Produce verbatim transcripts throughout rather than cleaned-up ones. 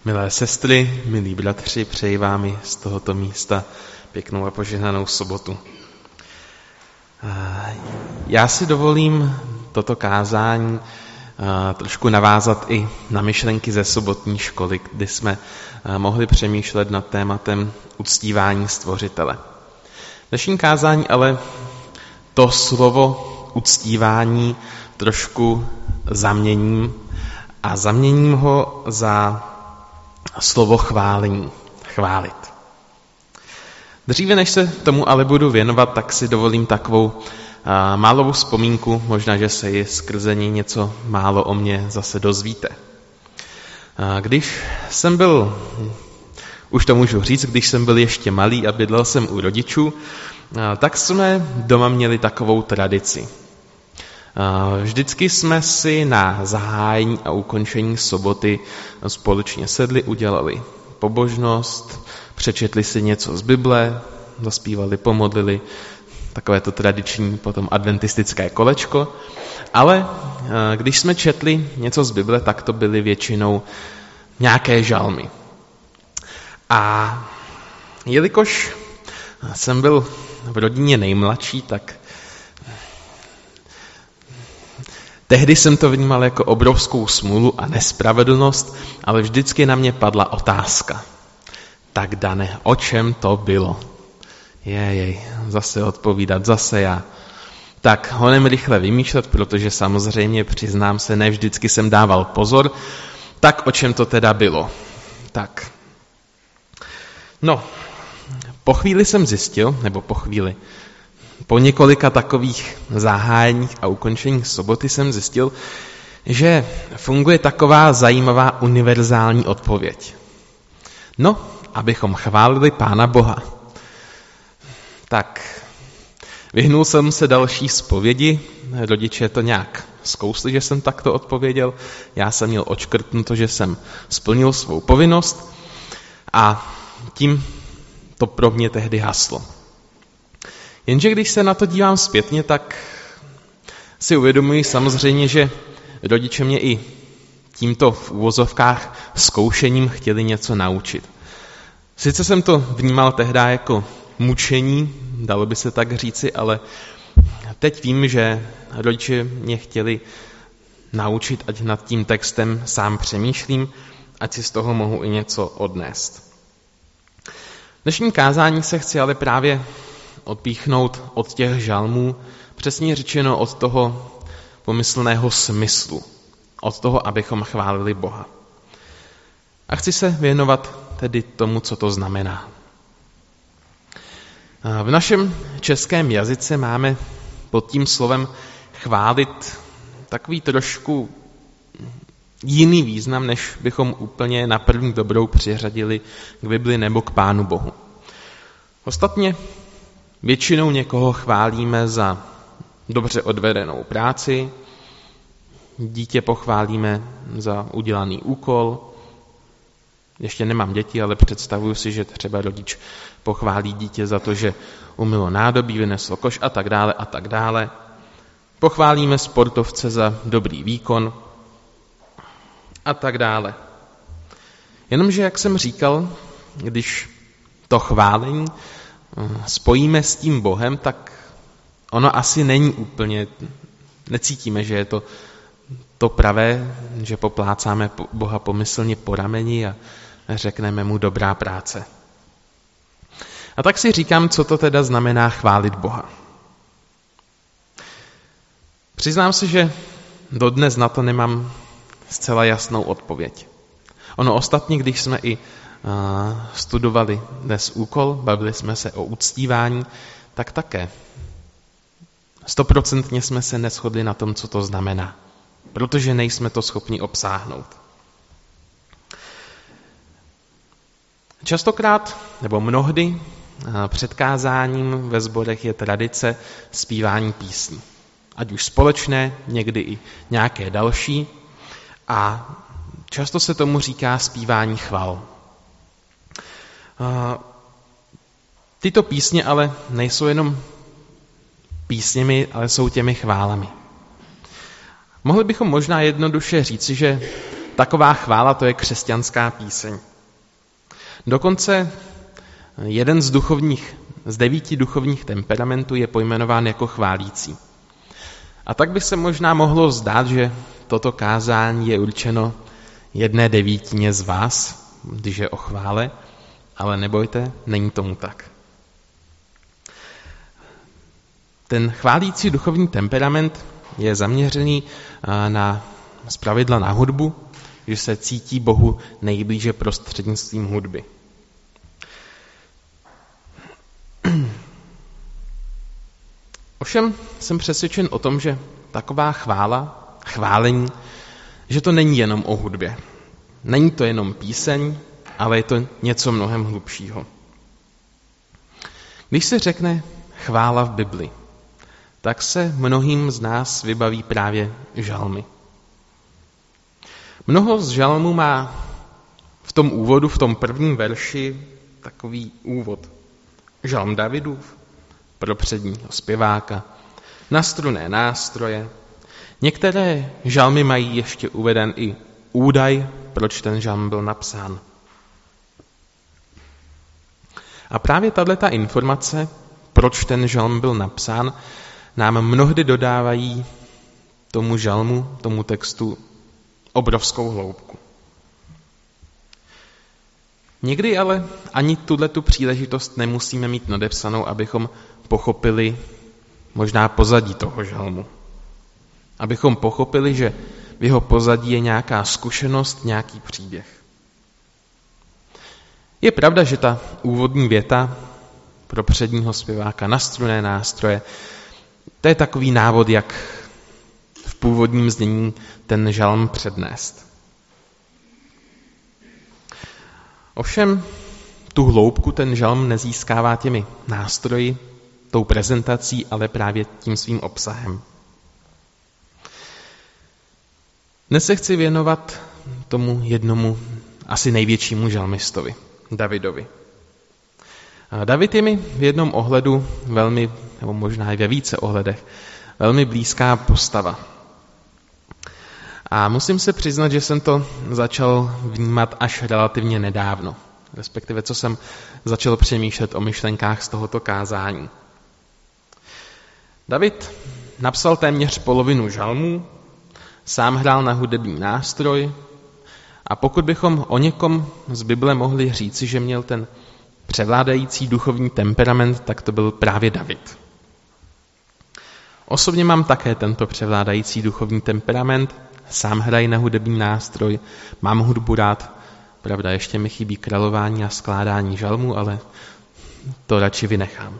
Milé sestry, milí bratři, přeji vám i z tohoto místa pěknou a požehnanou sobotu. Já si dovolím toto kázání trošku navázat i na myšlenky ze sobotní školy, kdy jsme mohli přemýšlet nad tématem uctívání Stvořitele. Dnešní kázání ale to slovo uctívání trošku zaměním a zaměním ho za slovo chválení, chválit. Dříve, než se tomu ale budu věnovat, tak si dovolím takovou a, málovou vzpomínku, možná, že se i skrze ní něco málo o mě zase dozvíte. A, když jsem byl, už to můžu říct, když jsem byl ještě malý a bydlel jsem u rodičů, a, tak jsme doma měli takovou tradici. A, vždycky jsme si na zahájení a ukončení soboty společně sedli, udělali pobožnost, přečetli si něco z Bible, zaspívali, pomodlili, takové to tradiční potom adventistické kolečko. Ale když jsme četli něco z Bible, tak to byly většinou nějaké žalmy. A jelikož jsem byl v rodině nejmladší, tak tehdy jsem to vnímal jako obrovskou smůlu a nespravedlnost, ale vždycky na mě padla otázka. Tak Dane, o čem to bylo? Jejej, zase odpovídat, zase já. Tak honem rychle vymýšlet, protože samozřejmě, přiznám se, ne vždycky jsem dával pozor. Tak o čem to teda bylo? Tak. No, po chvíli jsem zjistil, nebo po chvíli, po několika takových zahájeních a ukončeních soboty jsem zjistil, že funguje taková zajímavá univerzální odpověď. No, abychom chválili Pána Boha. Tak, vyhnul jsem se další zpovědi, rodiče to nějak zkousli, že jsem takto odpověděl, já jsem měl odškrtnuto, že jsem splnil svou povinnost a tím to pro mě tehdy haslo. Jenže když se na to dívám zpětně, tak si uvědomuji samozřejmě, že rodiče mě i tímto v uvozovkách zkoušením chtěli něco naučit. Sice jsem to vnímal tehdy jako mučení, dalo by se tak říci, ale teď vím, že rodiče mě chtěli naučit, ať nad tím textem sám přemýšlím, ať si z toho mohu i něco odnést. V dnešním kázání se chci ale právě odpíchnout od těch žalmů, přesně řečeno od toho pomyslného smyslu, od toho, abychom chválili Boha. A chci se věnovat tedy tomu, co to znamená. V našem českém jazyce máme pod tím slovem chválit takový trošku jiný význam, než bychom úplně na první dobrou přiřadili k Bibli nebo k Pánu Bohu. Ostatně většinou někoho chválíme za dobře odvedenou práci, dítě pochválíme za udělaný úkol. Ještě nemám děti, ale představuju si, že třeba rodič pochválí dítě za to, že umylo nádobí, vyneslo koš a tak dále a tak dále. Pochválíme sportovce za dobrý výkon a tak dále. Jenomže, jak jsem říkal, když to chválení spojíme s tím Bohem, tak ono asi není úplně, necítíme, že je to to pravé, že poplácáme Boha pomyslně po rameni a řekneme mu dobrá práce. A tak si říkám, co to teda znamená chválit Boha. Přiznám se, že dodnes na to nemám zcela jasnou odpověď. Ono ostatně, když jsme i uh, studovali dnes úkol, bavili jsme se o uctívání, tak také stoprocentně jsme se neshodli na tom, co to znamená, protože nejsme to schopni obsáhnout. Častokrát, nebo mnohdy, před kázáním ve sborech je tradice zpívání písní. Ať už společné, někdy i nějaké další. A často se tomu říká zpívání chval. Tyto písně ale nejsou jenom písněmi, ale jsou těmi chválami. Mohli bychom možná jednoduše říci, že taková chvála, to je křesťanská píseň. Dokonce jeden z duchovních, z devíti duchovních temperamentů je pojmenován jako chválící. A tak by se možná mohlo zdát, že toto kázání je určeno jedné devítině z vás, když je o chvále, ale nebojte, není tomu tak. Ten chválící duchovní temperament je zaměřený na zpravidla na hudbu, že se cítí Bohu nejblíže prostřednictvím hudby. Ovšem jsem přesvědčen o tom, že taková chvála, chválení, že to není jenom o hudbě. Není to jenom píseň, ale je to něco mnohem hlubšího. Když se řekne chvála v Bibli, tak se mnohým z nás vybaví právě žalmy. Mnoho z žalmů má v tom úvodu, v tom prvním verši, takový úvod. Žalm Davidův, pro předního zpěváka, na strunné nástroje. Některé žalmy mají ještě uveden i údaj, proč ten žalm byl napsán. A právě tato informace, proč ten žalm byl napsán, nám mnohdy dodávají tomu žalmu, tomu textu obrovskou hloubku. Někdy ale ani tuhletu příležitost nemusíme mít nadepsanou, abychom pochopili možná pozadí toho žalmu. Abychom pochopili, že v jeho pozadí je nějaká zkušenost, nějaký příběh. Je pravda, že ta úvodní věta pro předního zpěváka na strunné nástroje, to je takový návod, jak v původním znění ten žalm přednést. Ovšem, tu hloubku ten žalm nezískává těmi nástroji, tou prezentací, ale právě tím svým obsahem. Dnes se chci věnovat tomu jednomu asi největšímu žalmistovi, Davidovi. David je mi v jednom ohledu velmi, nebo možná i ve více ohledech, velmi blízká postava. A musím se přiznat, že jsem to začal vnímat až relativně nedávno. Respektive, co jsem začal přemýšlet o myšlenkách z tohoto kázání. David napsal téměř polovinu žalmů, sám hrál na hudební nástroj a pokud bychom o někom z Bible mohli říci, že měl ten převládající duchovní temperament, tak to byl právě David. Osobně mám také tento převládající duchovní temperament, sám hraji na hudební nástroj, mám hudbu rád, pravda, ještě mi chybí králování a skládání žalmů, ale to radši vynechám.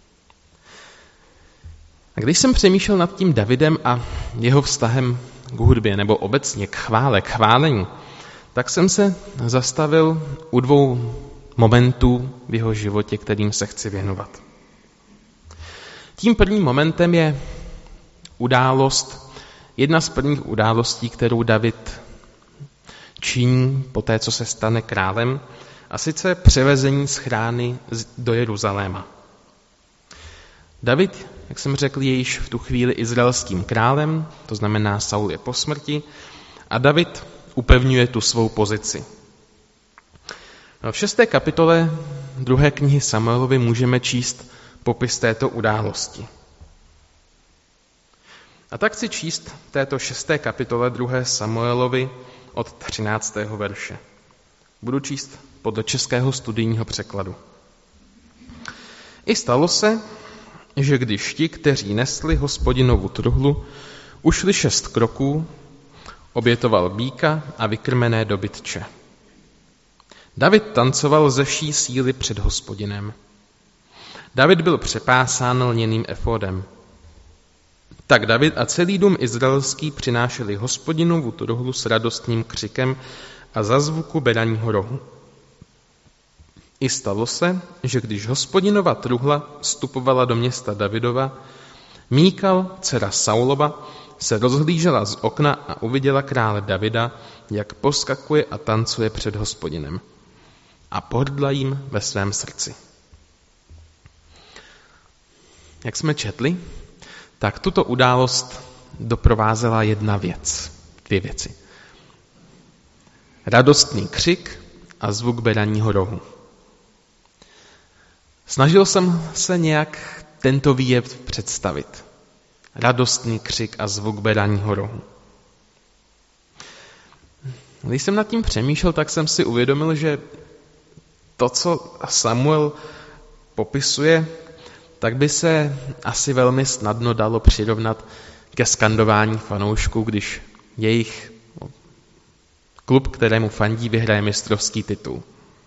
A když jsem přemýšlel nad tím Davidem a jeho vztahem k hudbě, nebo obecně k chvále, k chválení, tak jsem se zastavil u dvou momentů v jeho životě, kterým se chci věnovat. Tím prvním momentem je událost, jedna z prvních událostí, kterou David činí po té, co se stane králem, a sice převezení schrány do Jeruzaléma. David, jak jsem řekl, je již v tu chvíli izraelským králem, to znamená Saul je po smrti, a David upevňuje tu svou pozici. V šesté kapitole druhé knihy Samuelovi můžeme číst popis této události. A tak si číst v této šesté kapitole druhé Samuelovi od třináctého verše. Budu číst podle českého studijního překladu. I stalo se, že když ti, kteří nesli Hospodinovu truhlu, ušli šest kroků, obětoval býka a vykrmené dobytče. David tancoval ze vší síly před Hospodinem. David byl přepásán lněným efodem. Tak David a celý dům izraelský přinášeli Hospodinovu truhlu s radostným křikem a za zvuku bedaního rohu. I stalo se, že když Hospodinova truhla vstupovala do města Davidova, Míkal, dcera Saulova, se rozhlížela z okna a uviděla krále Davida, jak poskakuje a tancuje před Hospodinem. A pohrdla jim ve svém srdci. Jak jsme četli, tak tuto událost doprovázela jedna věc, dvě věci. radostný křik a zvuk beranního rohu. Snažil jsem se nějak tento výjev představit. Radostný křik a zvuk beranního rohu. Když jsem nad tím přemýšlel, tak jsem si uvědomil, že to, co Samuel popisuje, tak by se asi velmi snadno dalo přirovnat ke skandování fanoušků, když jejich klub, kterému fandí, vyhraje mistrovský titul.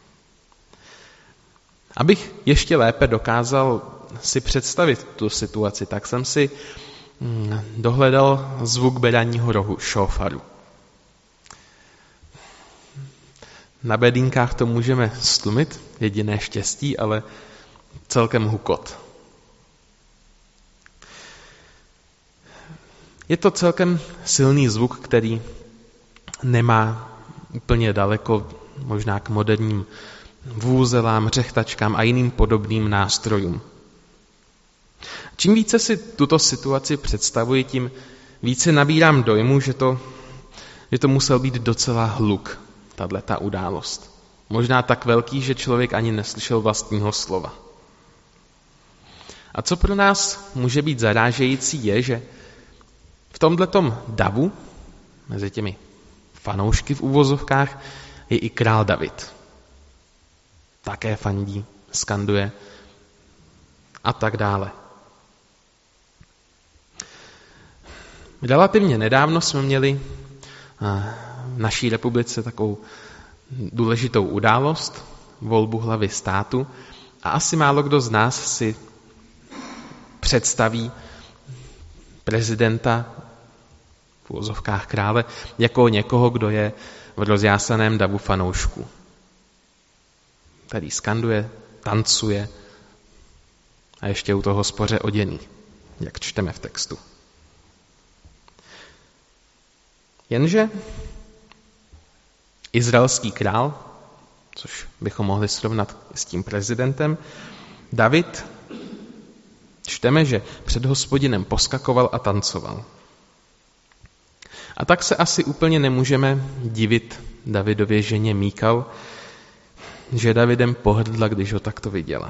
Abych ještě lépe dokázal si představit tu situaci, tak jsem si dohledal zvuk beranního rohu, šófaru. Na bedínkách to můžeme stlumit, jediné štěstí, ale celkem hukot. Je to celkem silný zvuk, který nemá úplně daleko možná k moderním vůzelám, řechtačkám a jiným podobným nástrojům. Čím více si tuto situaci představuji, tím více nabírám dojmu, že to, že to musel být docela hluk, tato událost. Možná tak velký, že člověk ani neslyšel vlastního slova. A co pro nás může být zarážející je, že v tomhletom davu, mezi těmi fanoušky v uvozovkách, je i král David. Také fandí, skanduje a tak dále. Relativně nedávno jsme měli v naší republice takovou důležitou událost, volbu hlavy státu, a asi málo kdo z nás si představí prezidenta v uvozovkách krále jako někoho, kdo je v rozjásaném davu fanoušků. Tady skanduje, tancuje a ještě u toho spoře oděný, jak čteme v textu. Jenže izraelský král, což bychom mohli srovnat s tím prezidentem, David, čteme, že před Hospodinem poskakoval a tancoval. A tak se asi úplně nemůžeme divit Davidově ženě Míkal, že Davidem pohrdla, když ho takto viděla.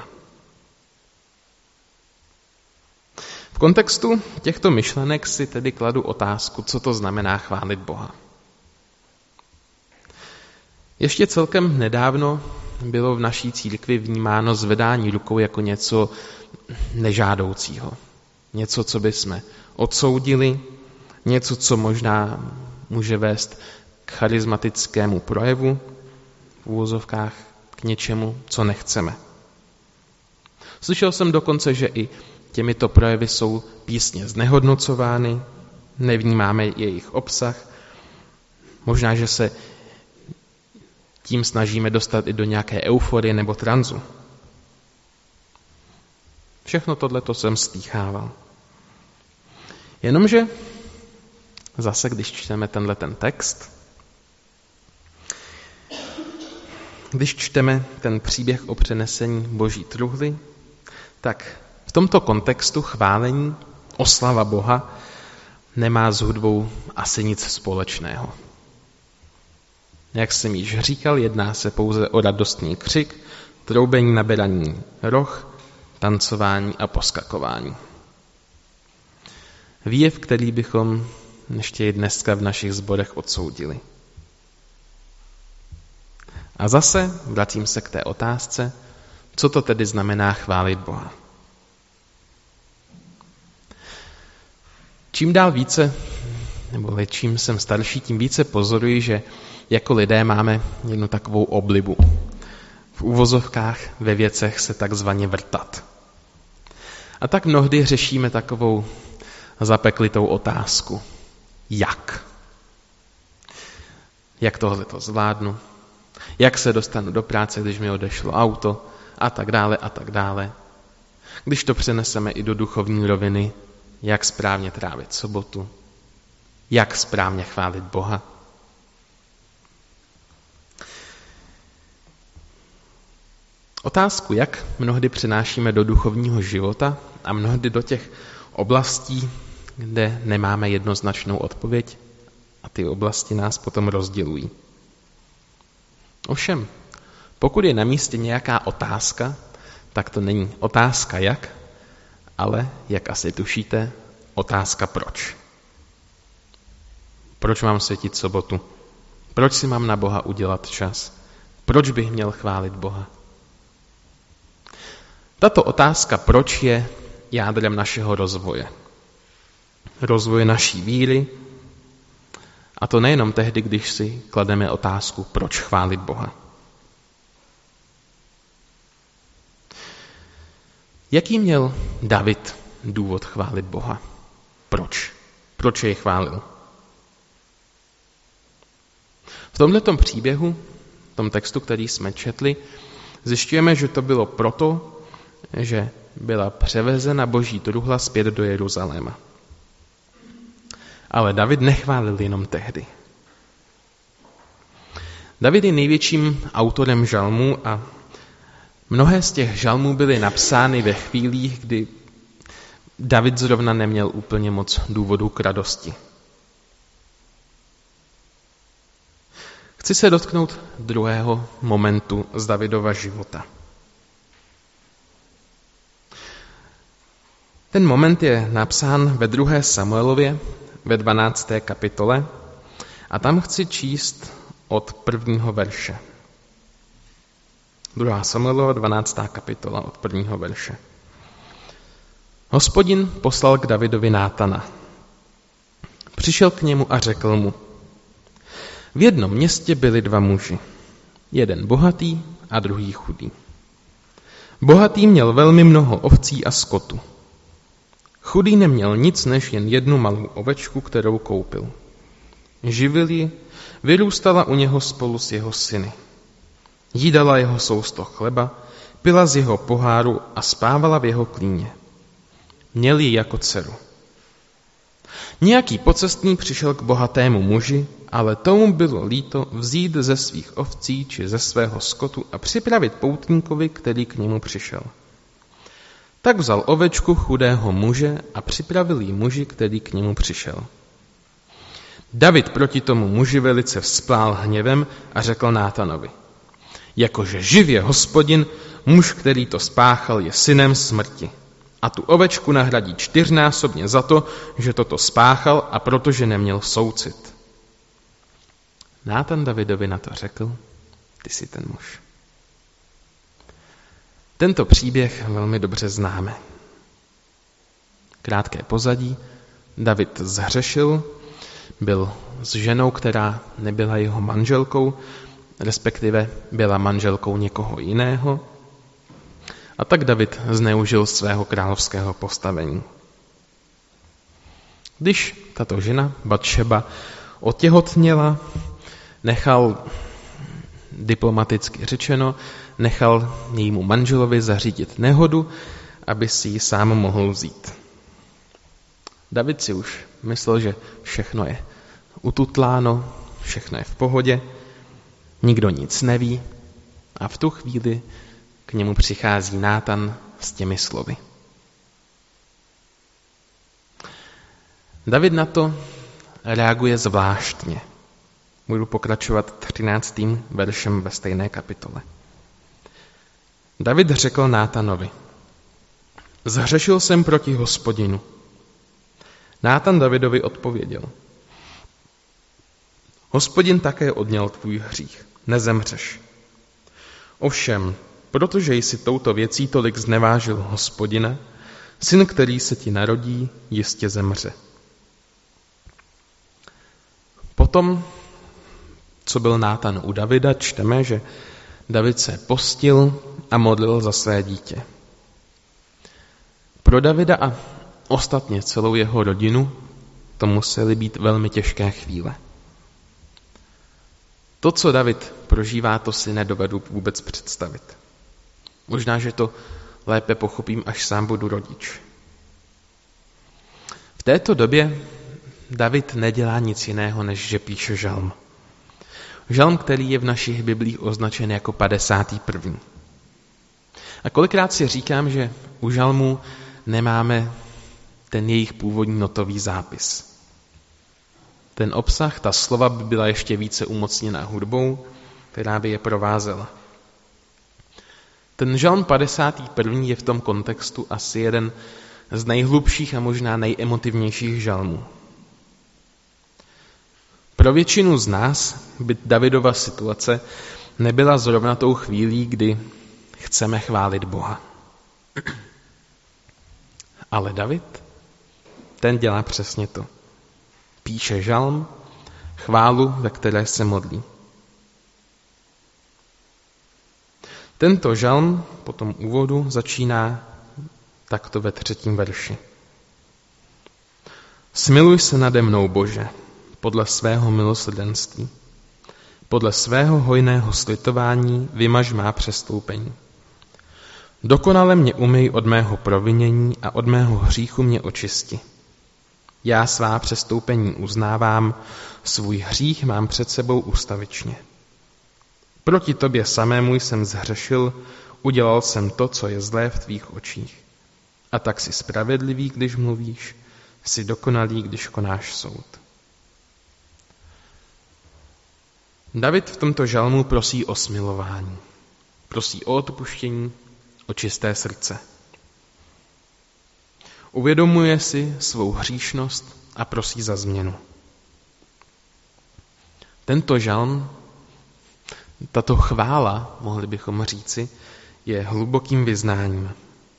V kontextu těchto myšlenek si tedy kladu otázku, co to znamená chválit Boha. Ještě celkem nedávno bylo v naší církvi vnímáno zvedání rukou jako něco nežádoucího. Něco, co bychom odsoudili, něco, co možná může vést k charismatickému projevu, v uvozovkách k něčemu, co nechceme. Slyšel jsem dokonce, že i těmito projevy jsou písně znehodnocovány, nevnímáme jejich obsah, možná, že se tím snažíme dostat i do nějaké euforie nebo tranzu. Všechno tohleto jsem slýchával. Jenomže zase, když čteme tenhle ten text, když čteme ten příběh o přenesení Boží truhly, tak v tomto kontextu chválení, oslava Boha nemá s hudbou asi nic společného. Jak jsem již říkal, jedná se pouze o radostný křik, troubení na beraní roh, tancování a poskakování. Výjev, který bychom ještě i dneska v našich sborech odsoudili. A zase vracím se k té otázce, co to tedy znamená chválit Boha. Čím dál více, nebo čím jsem starší, tím více pozoruji, že jako lidé máme jednu takovou oblibu. V uvozovkách ve věcech se takzvaně vrtat. A tak mnohdy řešíme takovou zapeklitou otázku. Jak? Jak tohle to zvládnu? Jak se dostanu do práce, když mi odešlo auto? A tak dále, a tak dále. Když to přeneseme i do duchovní roviny, jak správně trávit sobotu? Jak správně chválit Boha? Otázku, jak mnohdy přenášíme do duchovního života a mnohdy do těch oblastí, kde nemáme jednoznačnou odpověď a ty oblasti nás potom rozdělují. Ovšem, pokud je na místě nějaká otázka, tak to není otázka jak, ale, jak asi tušíte, otázka proč. Proč mám světit sobotu? Proč si mám na Boha udělat čas? Proč bych měl chválit Boha? Tato otázka proč je jádrem našeho rozvoje. Rozvoje naší víry, a to nejenom tehdy, když si klademe otázku, proč chválit Boha. Jaký měl David důvod chválit Boha? Proč? Proč jej chválil? V tomhletom příběhu, v tom textu, který jsme četli, zjišťujeme, že to bylo proto, že byla převezena boží truhla zpět do Jeruzaléma. Ale David nechválil jenom tehdy. David je největším autorem žalmů a mnohé z těch žalmů byly napsány ve chvílích, kdy David zrovna neměl úplně moc důvodů k radosti. Chci se dotknout druhého momentu z Davidova života. Ten moment je napsán ve druhé Samuelově, ve dvanácté kapitole, a tam chci číst od prvního verše. druhá Samuelova, dvanáctá kapitola, od prvního verše. Hospodin poslal k Davidovi Nátana. Přišel k němu a řekl mu: v jednom městě byli dva muži, jeden bohatý a druhý chudý. Bohatý měl velmi mnoho ovcí a skotu. Chudý neměl nic než jen jednu malou ovečku, kterou koupil. Živil ji, vyrůstala u něho spolu s jeho syny. Jídala jeho sousto chleba, pila z jeho poháru a spávala v jeho klíně. Měl ji jako dceru. Nějaký pocestný přišel k bohatému muži, ale tomu bylo líto vzít ze svých ovcí či ze svého skotu a připravit poutníkovi, který k němu přišel. Tak vzal ovečku chudého muže a připravil ji muži, který k němu přišel. David proti tomu muži velice vzplál hněvem a řekl Nátanovi: jakože živě Hospodin, muž, který to spáchal, je synem smrti. A tu ovečku nahradí čtyřnásobně za to, že toto spáchal a protože neměl soucit. Nátan Davidovi na to řekl: ty jsi ten muž. Tento příběh velmi dobře známe. Krátké pozadí. David zhřešil, byl s ženou, která nebyla jeho manželkou, respektive byla manželkou někoho jiného. A tak David zneužil svého královského postavení. Když tato žena, Batšeba, otěhotněla, nechal, diplomaticky řečeno, nechal jejímu manželovi zařídit nehodu, aby si ji sám mohl vzít. David si už myslel, že všechno je ututláno, všechno je v pohodě, nikdo nic neví, a v tu chvíli k němu přichází Nátan s těmi slovy. David na to reaguje zvláštně. Budu pokračovat třináctým veršem ve stejné kapitole. David řekl Nátanovi: zhřešil jsem proti Hospodinu. Nátan Davidovi odpověděl: Hospodin také odněl tvůj hřích, nezemřeš. Ovšem, protože jsi touto věcí tolik znevážil Hospodina, syn, který se ti narodí, jistě zemře. Potom, co byl Nátan u Davida, čteme, že David se postil a modlil za své dítě. Pro Davida a ostatně celou jeho rodinu to musely být velmi těžké chvíle. To, co David prožívá, to si nedovedu vůbec představit. Možná, že to lépe pochopím, až sám budu rodič. V této době David nedělá nic jiného, než že píše žalm. Žalm, který je v našich biblích označen jako padesátý první. A kolikrát si říkám, že u žalmů nemáme ten jejich původní notový zápis. Ten obsah, ta slova by byla ještě více umocněná hudbou, která by je provázela. Ten žalm padesátý první je v tom kontextu asi jeden z nejhlubších a možná nejemotivnějších žalmů. Pro většinu z nás by Davidova situace nebyla zrovna tou chvílí, kdy chceme chválit Boha. Ale David, ten dělá přesně to. Píše žalm, chválu, ve které se modlí. Tento žalm po tom úvodu začíná takto ve třetím verši. Smiluj se nade mnou, Bože, podle svého milosrdenství. Podle svého hojného slitování vymaž má přestoupení. Dokonale mě umyj od mého provinění a od mého hříchu mě očisti. Já svá přestoupení uznávám, svůj hřích mám před sebou ustavičně. Proti tobě samému jsem zhřešil, udělal jsem to, co je zlé v tvých očích. A tak jsi spravedlivý, když mluvíš, jsi dokonalý, když konáš soud. David v tomto žalmu prosí o smilování. Prosí o odpuštění, o čisté srdce. Uvědomuje si svou hříšnost a prosí za změnu. Tento žalm, tato chvála, mohli bychom říci, je hlubokým vyznáním.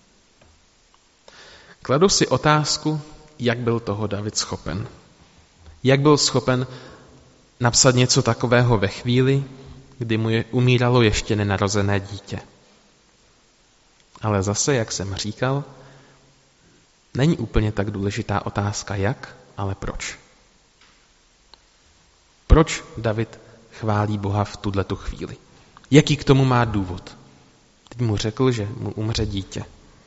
Kladu si otázku, jak byl toho David schopen. Jak byl schopen napsat něco takového ve chvíli, kdy mu je umíralo ještě nenarozené dítě. Ale zase, jak jsem říkal, není úplně tak důležitá otázka jak, ale proč. Proč David chválí Boha v tuto chvíli? Jaký k tomu má důvod? Teď mu řekl, že mu umře dítě.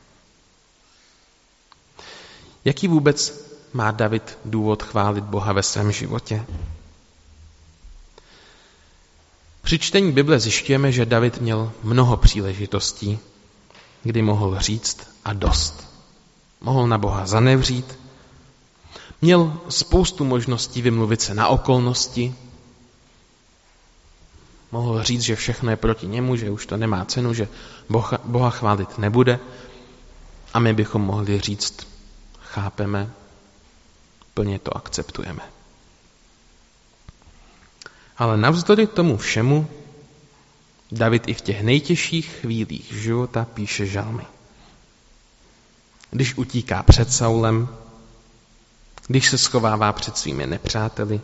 Jaký vůbec má David důvod chválit Boha ve svém životě? Při čtení Bible zjišťujeme, že David měl mnoho příležitostí, kdy mohl říct a dost. Mohl na Boha zanevřít, měl spoustu možností vymluvit se na okolnosti, mohl říct, že všechno je proti němu, že už to nemá cenu, že Boha, Boha chválit nebude a my bychom mohli říct, chápeme, plně to akceptujeme. Ale navzdory tomu všemu David i v těch nejtěžších chvílích života píše žalmy. Když utíká před Saulem, když se schovává před svými nepřáteli,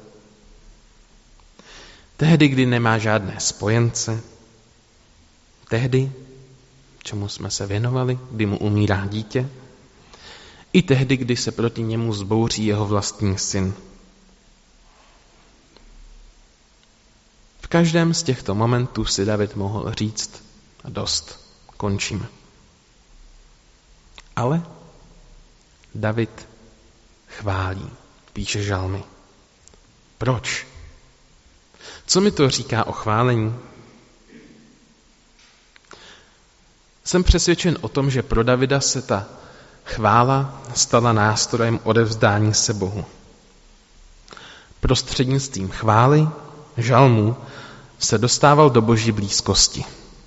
tehdy, kdy nemá žádné spojence, tehdy, čemu jsme se věnovali, kdy mu umírá dítě, i tehdy, kdy se proti němu zbouří jeho vlastní syn. V každém z těchto momentů si David mohl říct a dost, končíme. Ale David chválí, píše žalmy. Proč? Co mi to říká o chválení? Jsem přesvědčen o tom, že pro Davida se ta chvála stala nástrojem odevzdání se Bohu. Prostřednictvím chvály, žalmů, se dostával do Boží blízkosti.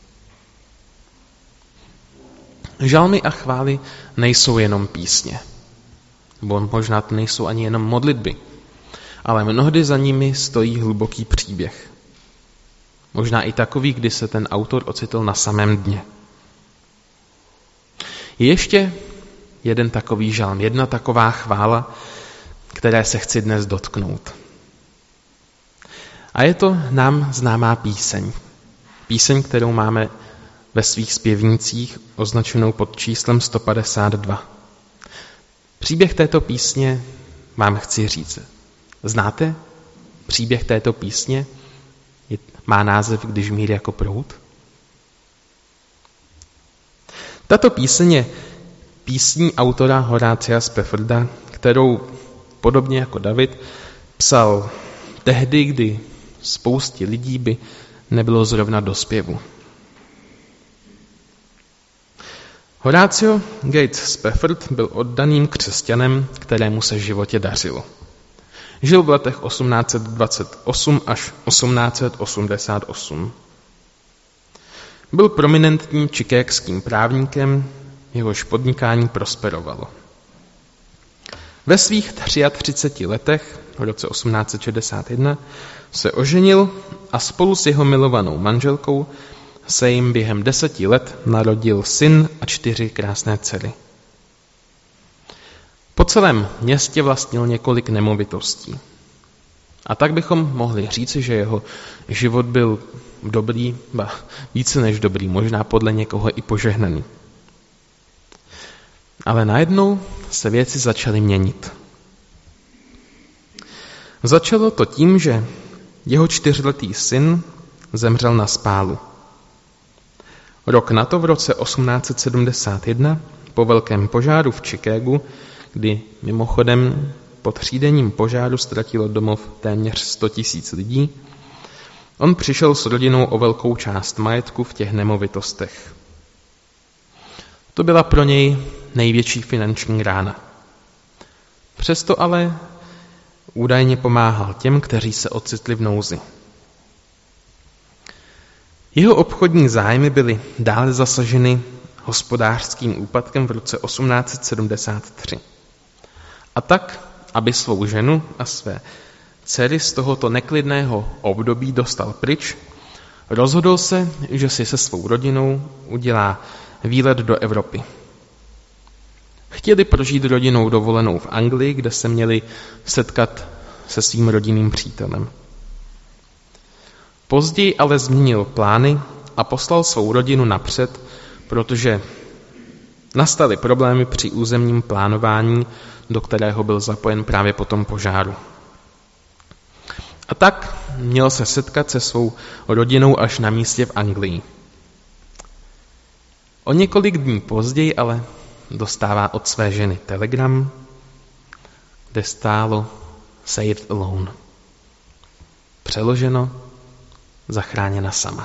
Žalmy a chvály nejsou jenom písně, nebo možná to nejsou ani jenom modlitby, ale mnohdy za nimi stojí hluboký příběh. Možná i takový, kdy se ten autor ocitl na samém dně. Je ještě jeden takový žalm, jedna taková chvála, které se chci dnes dotknout. A je to nám známá píseň. Píseň, kterou máme ve svých zpěvnících označenou pod číslem sto padesát dva. Příběh této písně vám chci říct. Znáte příběh této písně? Má název Když mír jako proud. Tato píseň je písní autora Horácia Spafforda, kterou podobně jako David psal tehdy, kdy spoustě lidí by nebylo zrovna do zpěvu. Horatio Gates Spafford byl oddaným křesťanem, kterému se v životě dařilo. Žil v letech osmnáct set dvacet osm až osmnáct set osmdesát osm. Byl prominentním chicagským právníkem, jehož podnikání prosperovalo. Ve svých třiatřiceti třiceti letech, v roce osmnáct set šedesát jedna, se oženil a spolu s jeho milovanou manželkou se jim během deseti let narodil syn a čtyři krásné dcery. Po celém městě vlastnil několik nemovitostí. A tak bychom mohli říci, že jeho život byl dobrý, ba více než dobrý, možná podle někoho i požehnaný. Ale najednou se věci začaly měnit. Začalo to tím, že jeho čtyřletý syn zemřel na spálu. Rok na to, v roce osmnáct set sedmdesát jedna, po velkém požáru v Chicagu, kdy mimochodem po třídenním požáru ztratilo domov téměř sto tisíc lidí, on přišel s rodinou o velkou část majetku v těch nemovitostech. To byla pro něj největší finanční rána. Přesto ale údajně pomáhal těm, kteří se ocitli v nouzi. Jeho obchodní zájmy byly dále zasaženy hospodářským úpadkem v roce osmnáct set sedmdesát tři. A tak, aby svou ženu a své dcery z tohoto neklidného období dostal pryč, rozhodl se, že si se svou rodinou udělá výlet do Evropy. Chtěli prožít rodinnou dovolenou v Anglii, kde se měli setkat se svým rodinným přítelem. Později ale změnil plány a poslal svou rodinu napřed, protože nastaly problémy při územním plánování, do kterého byl zapojen právě po tom požáru. A tak měl se setkat se svou rodinou až na místě v Anglii. O několik dní později ale dostává od své ženy telegram, kde stálo Saved alone. Přeloženo, zachráněna sama.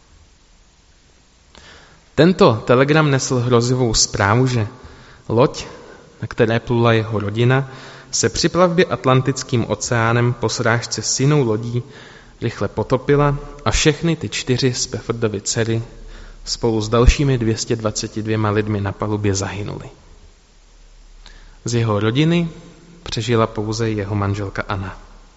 Tento telegram nesl hrozivou zprávu, že loď, na které plula jeho rodina, se při plavbě Atlantickým oceánem po srážce s jinou lodí rychle potopila a všechny ty čtyři Spaffordovy dcery spolu s dalšími dvěma sty dvaceti dvěma lidmi na palubě zahynuli. Z jeho rodiny přežila pouze jeho manželka Anna.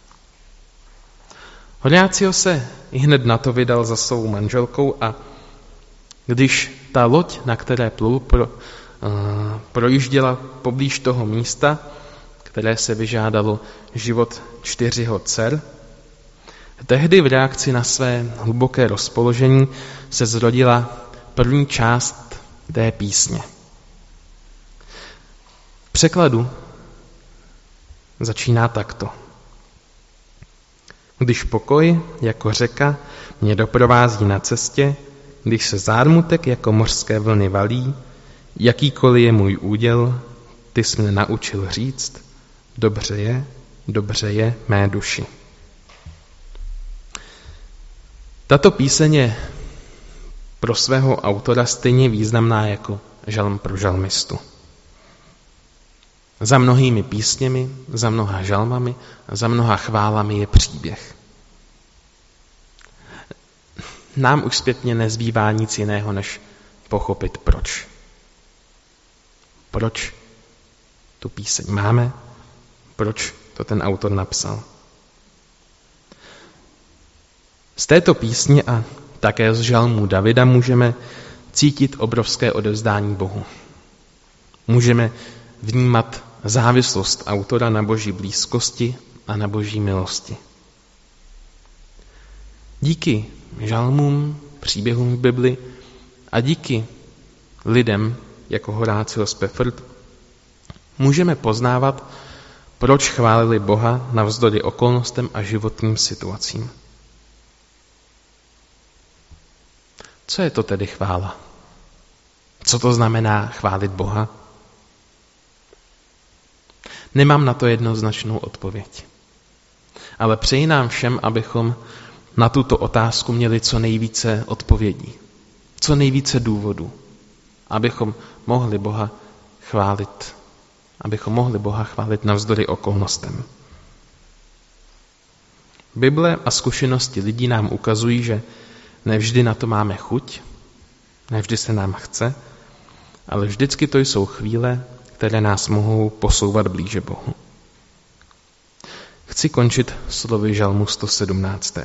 Horácio se ihned na to vydal za svou manželkou a když ta loď, na které plul, pro, uh, projížděla poblíž toho místa, které se vyžádalo život čtyřiho dcer, tehdy v reakci na své hluboké rozpoložení se zrodila první část té písně. V překladu začíná takto. Když pokoj jako řeka mě doprovází na cestě, když se zármutek jako mořské vlny valí, jakýkoliv je můj úděl, ty jsi mě naučil říct, dobře je, dobře je mé duši. Tato píseň je pro svého autora stejně významná jako žalm pro žalmistu. Za mnohými písněmi, za mnoha žalmami, za mnoha chválami je příběh. Nám už zpětně nezbývá nic jiného, než pochopit proč. Proč tu píseň máme, proč to ten autor napsal. Z této písně a také z žalmů Davida můžeme cítit obrovské odevzdání Bohu. Můžeme vnímat závislost autora na Boží blízkosti a na Boží milosti. Díky žalmům, příběhům v Bibli a díky lidem jako Horácio Spafford můžeme poznávat, proč chválili Boha navzdory okolnostem a životním situacím. Co je to tedy chvála? Co to znamená chválit Boha? Nemám na to jednoznačnou odpověď. Ale přeji nám všem, abychom na tuto otázku měli co nejvíce odpovědí, co nejvíce důvodů, abychom mohli Boha chválit, abychom mohli Boha chválit navzdory okolnostem. Bible a zkušenosti lidí nám ukazují, že nevždy na to máme chuť Nevždy se nám chce, ale vždycky to jsou chvíle, které nás mohou posouvat blíže Bohu. Chci končit slovy žalmu sto sedmnáct.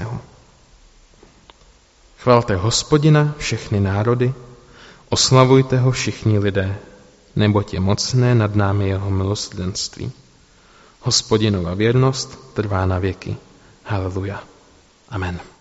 Chvalte Hospodina všechny národy, oslavujte ho všichni lidé, neboť je mocné nad námi jeho milosrdenství. Hospodinova věrnost trvá na věky. Haleluja. Amen.